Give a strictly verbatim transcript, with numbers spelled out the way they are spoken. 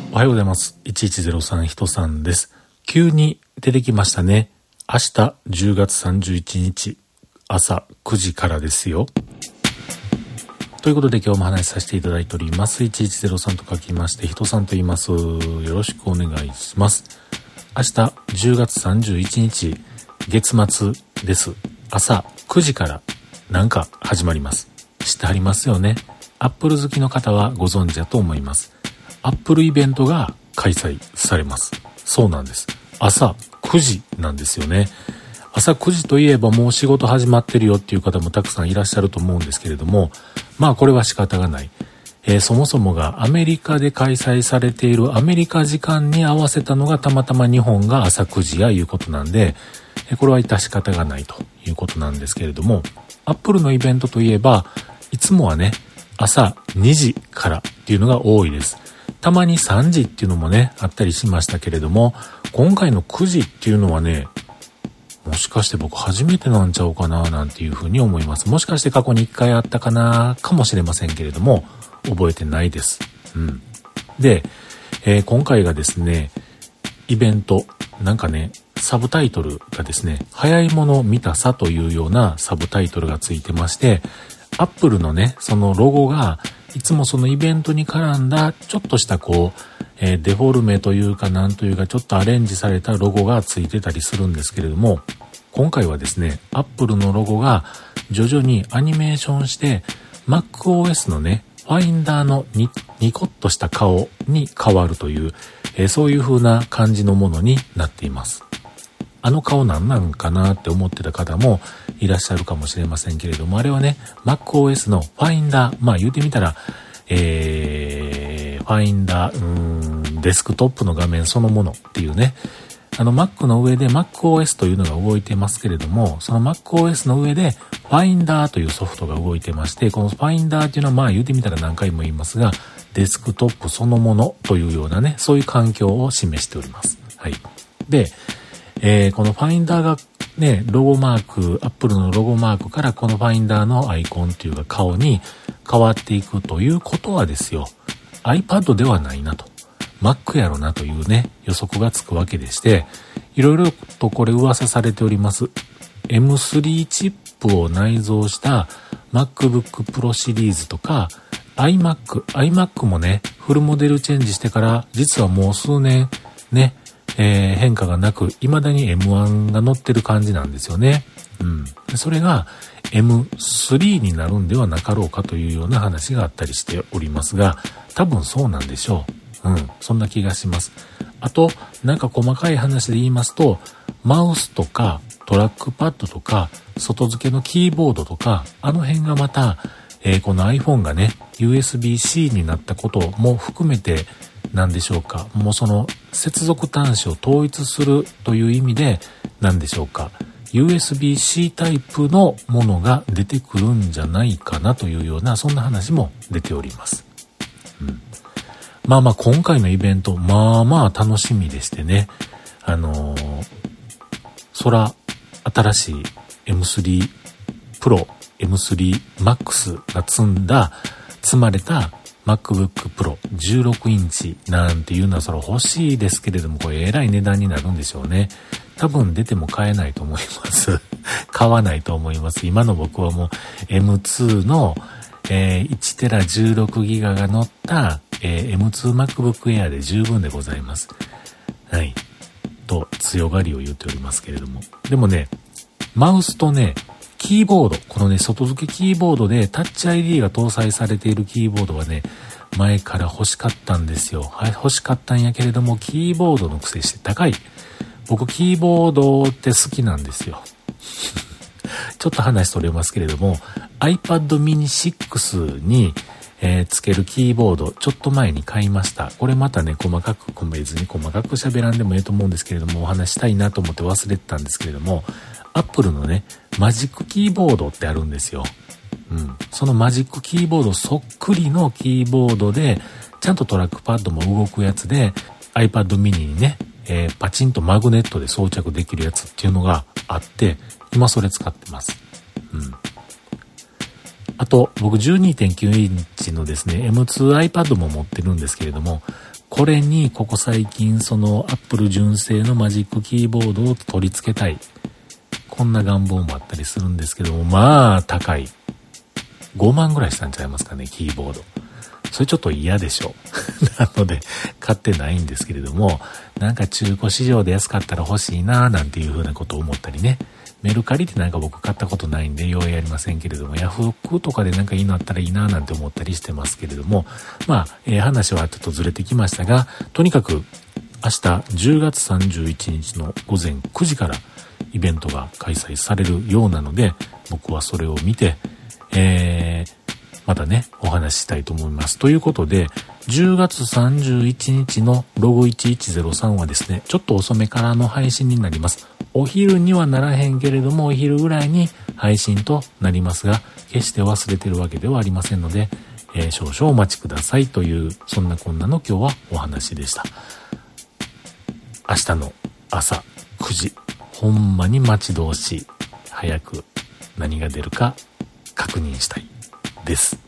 おはようございます。いちいちゼロさんひとさんです。急に出てきましたね。明日じゅうがつさんじゅういちにち朝くじからですよ。ということで今日も話しさせていただいております。いちいちゼロさんと書きましてひとさんと言います。よろしくお願いします。明日じゅうがつさんじゅういちにち月末です。朝くじからなんか始まります。知ってありますよね。アップル好きの方はご存知だと思います。アップルイベントが開催されます。そうなんです。朝くじなんですよね。朝くじといえばもう仕事始まってるよっていう方もたくさんいらっしゃると思うんですけれども、まあこれは仕方がない。えー、そもそもがアメリカで開催されているアメリカ時間に合わせたのがたまたま日本が朝くじやいうことなんで、えー、これは致し方がないということなんですけれども、アップルのイベントといえばいつもはね、朝にじからっていうのが多いです。たまにさんじっていうのもね、あったりしましたけれども、今回のくじっていうのはね、もしかして僕初めてなんちゃうかななんていうふうに思います。もしかして過去にいっかいあったかなかもしれませんけれども、覚えてないです。うん。で、えー、今回がですね、イベント、なんかね、サブタイトルがですね、早いもの見たさというようなサブタイトルがついてまして、アップルのね、そのロゴが、いつもそのイベントに絡んだちょっとしたこう、えー、デフォルメというかなんというかちょっとアレンジされたロゴがついてたりするんですけれども、今回はですね、アップルのロゴが徐々にアニメーションして MacOS のね、ファインダーのニ、ニコッとした顔に変わるという、えー、そういう風な感じのものになっています。あの顔なんなんかなって思ってた方もいらっしゃるかもしれませんけれども、あれはね、MacOS のファインダー、まあ言うてみたら、えー、ファインダー、うーん、デスクトップの画面そのものっていうね、あの Mac の上で MacOS というのが動いてますけれども、その MacOS の上でファインダーというソフトが動いてまして、このファインダーっていうのはまあ言うてみたら何回も言いますが、デスクトップそのものというようなね、そういう環境を示しております。はい。で、えー、このファインダーがね、ロゴマーク、アップルのロゴマークからこのファインダーのアイコンっていうか顔に変わっていくということはですよ、iPad ではないなと、Mac やろなというね、予測がつくわけでして、いろいろとこれ噂されております。エムスリー チップを内蔵した MacBook Pro シリーズとか、iMac、iMac もね、フルモデルチェンジしてから実はもう数年ね、えー、変化がなく、未だに エムワン が乗ってる感じなんですよね。うん。それが エムスリー になるんではなかろうかというような話があったりしておりますが、多分そうなんでしょう。うん。そんな気がします。あと、なんか細かい話で言いますと、マウスとかトラックパッドとか、外付けのキーボードとか、あの辺がまた、えー、この iPhone がね、ユーエスビーシー になったことも含めて、なんでしょうか。もうその接続端子を統一するという意味でなんでしょうか。ユーエスビーシー タイプのものが出てくるんじゃないかなというようなそんな話も出ております。うん、まあまあ今回のイベントまあまあ楽しみでしてね。あのー、そら新しい エムスリー Pro、エムスリー Max が積んだ積まれたMacBook Pro じゅうろくインチなんていうのはそれ欲しいですけれども、これえらい値段になるんでしょうね。多分出ても買えないと思います。買わないと思います。今の僕はもう エムツー の、えー、いちテラじゅうろくギガが乗った、えー、エムツー MacBook Air で十分でございます。はい。と強がりを言っておりますけれども。でもね、マウスとね、キーボード、このね、外付けキーボードでタッチ アイディー が搭載されているキーボードはね、前から欲しかったんですよ。はい、欲しかったんやけれども、キーボードの癖して高い。僕、キーボードって好きなんですよ。ちょっと話それますけれども、iPad mini シックスに、えー、つけるキーボード、ちょっと前に買いました。これまたね、細かく、別に細かく喋らんでもいいと思うんですけれども、お話したいなと思って忘れてたんですけれども、アップルのね、マジックキーボードってあるんですよ。うん。そのマジックキーボードそっくりのキーボードで、ちゃんとトラックパッドも動くやつで、iPad mini にね、えー、パチンとマグネットで装着できるやつっていうのがあって、今それ使ってます。うん。 あと、僕 じゅうにてんきゅうインチのですね、エムツーアイパッド も持ってるんですけれども、これにここ最近その Apple 純正のマジックキーボードを取り付けたい。こんな願望もあったりするんですけども、まあ高い。ごまんぐらいしたんちゃいますかね、キーボード。それちょっと嫌でしょ。なので、買ってないんですけれども、なんか中古市場で安かったら欲しいなーなんていうふうなことを思ったりね。メルカリってなんか僕買ったことないんでようやりませんけれども、ヤフオクとかでなんかいいのあったらいいなーなんて思ったりしてますけれども、まあ、えー、話はちょっとずれてきましたが、とにかく明日じゅうがつさんじゅういちにちのごぜんくじからイベントが開催されるようなので、僕はそれを見て、えー、またね、お話ししたいと思います。ということで、じゅうがつさんじゅういちにちのログいちいちゼロさんはですね、ちょっと遅めからの配信になります。お昼にはならへんけれども、お昼ぐらいに配信となりますが、決して忘れてるわけではありませんので、えー、少々お待ちくださいという、そんなこんなの今日はお話でした。明日の朝くじ、ほんまに待ち遠しい。早く何が出るか確認したいです。